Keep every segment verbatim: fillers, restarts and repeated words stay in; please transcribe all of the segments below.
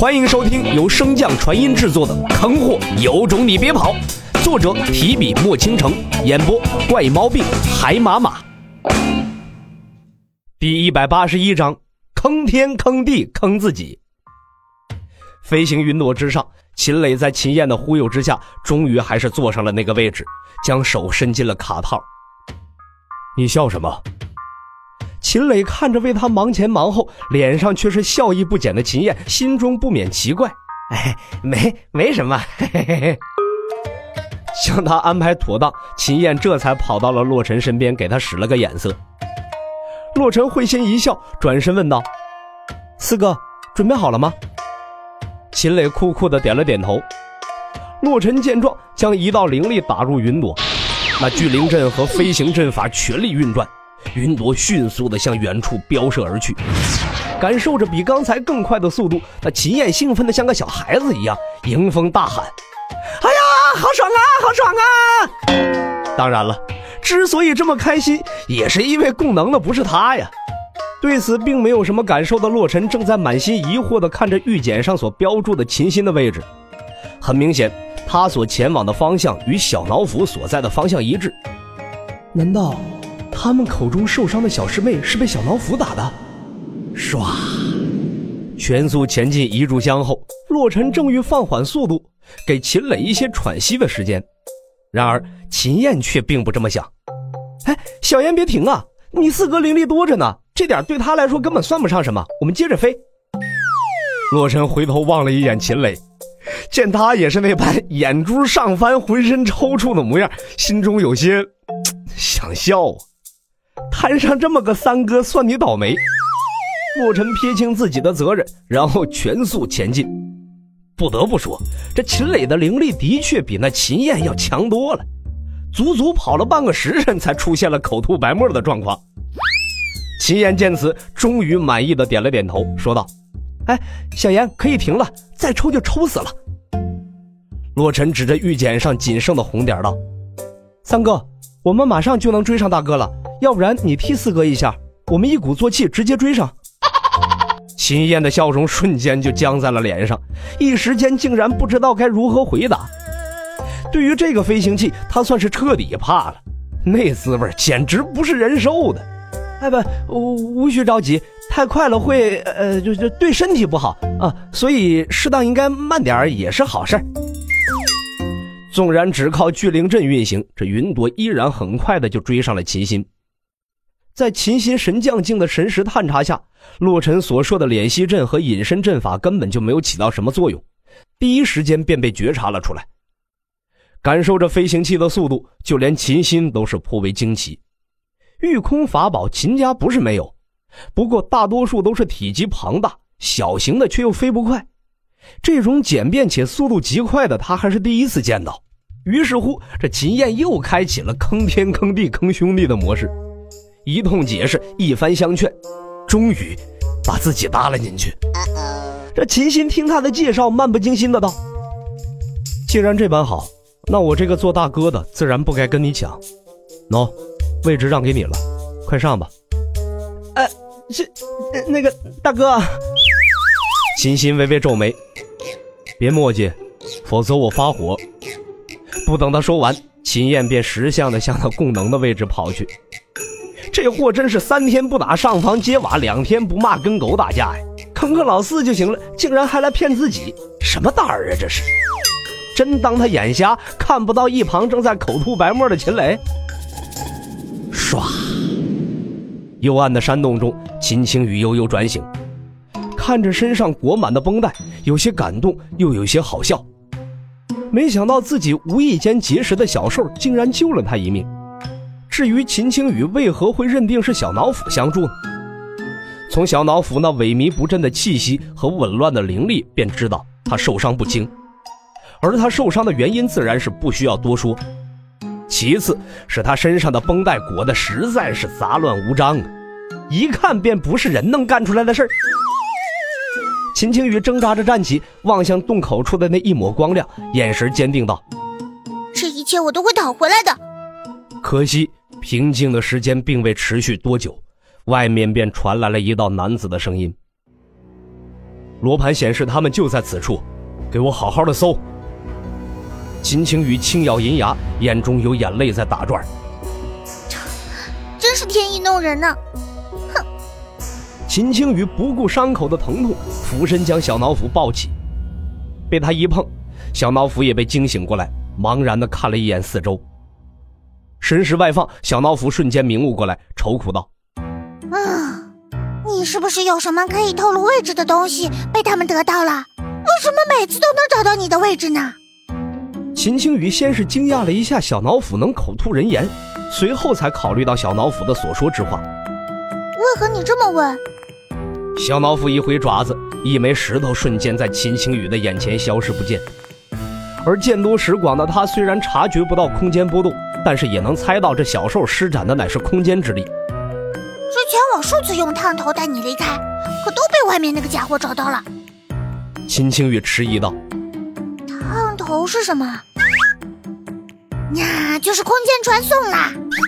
欢迎收听由升降传音制作的《坑货有种你别跑》，作者提笔墨倾城，演播怪毛病海马马。第一百八十一章，坑天坑地坑自己。飞行云朵之上，秦磊在秦燕的忽悠之下，终于还是坐上了那个位置，将手伸进了卡套。你笑什么？秦磊看着为他忙前忙后，脸上却是笑意不减的秦燕，心中不免奇怪。哎，没没什么。嘿嘿嘿。将他安排妥当，秦燕这才跑到了洛尘身边，给他使了个眼色。洛尘会心一笑，转身问道：四哥，准备好了吗？秦磊酷酷地点了点头。洛尘见状，将一道灵力打入云朵，那聚灵阵和飞行阵法全力运转，云朵迅速地向远处飙射而去。感受着比刚才更快的速度，那秦燕兴奋得像个小孩子一样，迎风大喊：哎呀，好爽啊，好爽啊！当然了，之所以这么开心，也是因为供能的不是他呀。对此并没有什么感受的洛尘正在满心疑惑地看着玉简上所标注的秦心的位置。很明显，他所前往的方向与小脑斧所在的方向一致。难道他们口中受伤的小师妹是被小脑斧打的？唰，全速前进一炷香后，洛尘正欲放缓速度，给秦磊一些喘息的时间。然而秦燕却并不这么想。哎，小燕别停啊，你四哥灵力多着呢，这点对他来说根本算不上什么，我们接着飞。洛尘回头望了一眼秦磊，见他也是那般眼珠上翻，浑身抽搐的模样，心中有些想笑。摊上这么个三哥，算你倒霉。洛尘撇清自己的责任，然后全速前进。不得不说，这秦磊的灵力的确比那秦燕要强多了，足足跑了半个时辰才出现了口吐白沫的状况。秦燕见此，终于满意的点了点头，说道：哎，小燕可以停了，再抽就抽死了。洛尘指着玉简上仅剩的红点道：三哥，我们马上就能追上大哥了，要不然你替四哥一下，我们一鼓作气直接追上。秦燕的笑容瞬间就僵在了脸上，一时间竟然不知道该如何回答。对于这个飞行器，他算是彻底怕了，那滋味简直不是人受的。哎不，无需着急，太快了会呃就就对身体不好啊，所以适当应该慢点也是好事。纵然只靠聚灵阵运行，这云朵依然很快的就追上了秦心。在秦心神将境的神识探查下，洛尘所说的敛息阵和隐身阵法根本就没有起到什么作用，第一时间便被觉察了出来。感受着飞行器的速度，就连秦心都是颇为惊奇。御空法宝秦家不是没有，不过大多数都是体积庞大，小型的却又飞不快，这种简便且速度极快的他还是第一次见到。于是乎，这秦燕又开启了坑天坑地坑兄弟的模式，一通解释，一番相劝，终于把自己搭了进去。这秦心听他的介绍，漫不经心的道：既然这般好，那我这个做大哥的自然不该跟你抢。喏，位置让给你了，快上吧。呃，这那个大哥。秦心微微皱眉，别墨迹，否则我发火。不等他说完，秦燕便识相的向他供能的位置跑去。这货真是三天不打上房揭瓦，两天不骂跟狗打架呀，坑坑老四就行了，竟然还来骗自己，什么胆儿啊这是？真当他眼瞎，看不到一旁正在口吐白沫的秦磊？唰，幽暗的山洞中，秦青雨悠悠转醒，看着身上裹满的绷带，有些感动，又有些好笑。没想到自己无意间结识的小兽竟然救了他一命。至于秦青雨为何会认定是小脑斧相助呢？从小脑斧那萎靡不振的气息和紊乱的灵力便知道他受伤不轻，而他受伤的原因自然是不需要多说，其次是他身上的绷带裹得实在是杂乱无章啊，一看便不是人能干出来的事儿。秦青雨挣扎着站起，望向洞口处的那一抹光亮，眼神坚定道： 这一切我都会讨回来的。 可惜平静的时间并未持续多久，外面便传来了一道男子的声音： 罗盘显示他们就在此处，给我好好的搜。秦青雨轻咬银牙，眼中有眼泪在打转。 真是天意弄人呢！哼！ 秦青雨不顾伤口的疼痛，俯身将小脑斧抱起。被他一碰，小脑斧也被惊醒过来，茫然地看了一眼四周。神识外放，小脑斧瞬间明悟过来，愁苦道： 啊，你是不是有什么可以透露位置的东西被他们得到了？为什么每次都能找到你的位置呢？ 秦青雨先是惊讶了一下小脑斧能口吐人言，随后才考虑到小脑斧的所说之话。 为何你这么问？ 小脑斧一挥爪子，一枚石头瞬间在秦青雨的眼前消失不见。而见多识广的他虽然察觉不到空间波动，但是也能猜到这小兽施展的乃是空间之力。 之前我数次用探头带你离开，可都被外面那个家伙找到了。 秦青雨迟疑道： 探头是什么？那就是空间传送啦。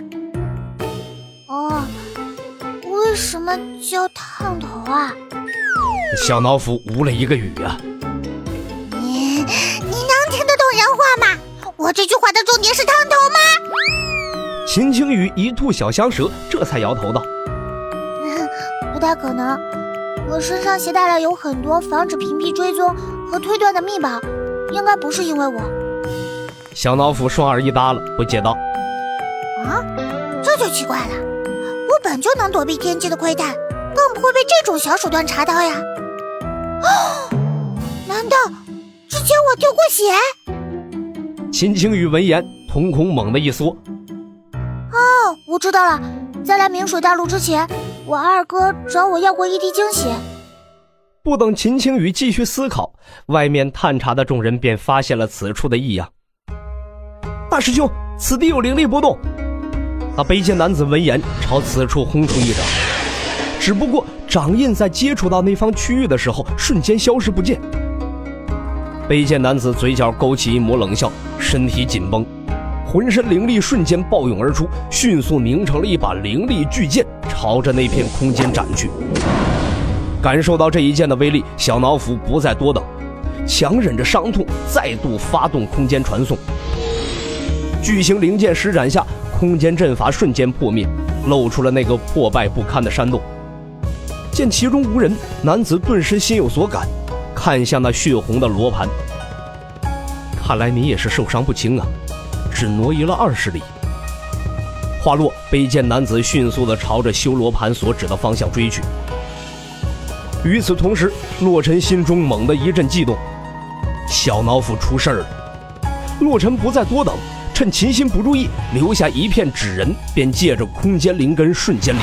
哦，为什么叫探头啊？ 小脑斧无了一个语啊。 你你能听得懂人话吗？我这句话的重点是探头吗？ 秦青雨一吐小香舌，这才摇头道： 不太可能，我身上携带了有很多防止屏蔽追踪和推断的密宝，应该不是因为我。 小脑斧双耳一耷了，不解道： 啊，这就奇怪了，我本就能躲避天机的窥探，更不会被这种小手段查到呀。哦，难道之前我丢过血？ 秦青雨闻言，瞳孔猛地一缩。 哦，我知道了，在来明水大陆之前，我二哥找我要过一滴精血。 不等秦青雨继续思考，外面探查的众人便发现了此处的异样。大师兄，此地有灵力波动。那背剑男子闻言朝此处轰出一掌，只不过掌印在接触到那方区域的时候瞬间消失不见。背剑男子嘴角勾起一抹冷笑，身体紧绷，浑身灵力瞬间暴涌而出，迅速凝成了一把灵力巨剑，朝着那片空间斩去。感受到这一剑的威力，小脑斧不再多等，强忍着伤痛，再度发动空间传送。巨型灵剑施展下，空间阵法瞬间破灭，露出了那个破败不堪的山洞。见其中无人，男子顿时心有所感，看向那血红的罗盘。看来你也是受伤不轻啊，只挪移了二十里。话落，背剑男子迅速地朝着修罗盘所指的方向追去。与此同时，洛尘心中猛地一阵悸动，小脑斧出事儿了。洛尘不再多等，趁秦心不注意，留下一片纸人，便借着空间灵根瞬间离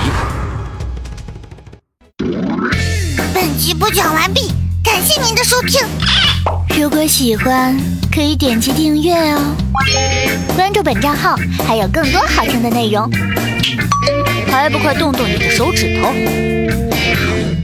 开。 本集播讲完毕，感谢您的收听。如果喜欢，可以点击订阅哦，关注本账号还有更多好听的内容。还不快动动你的手指头！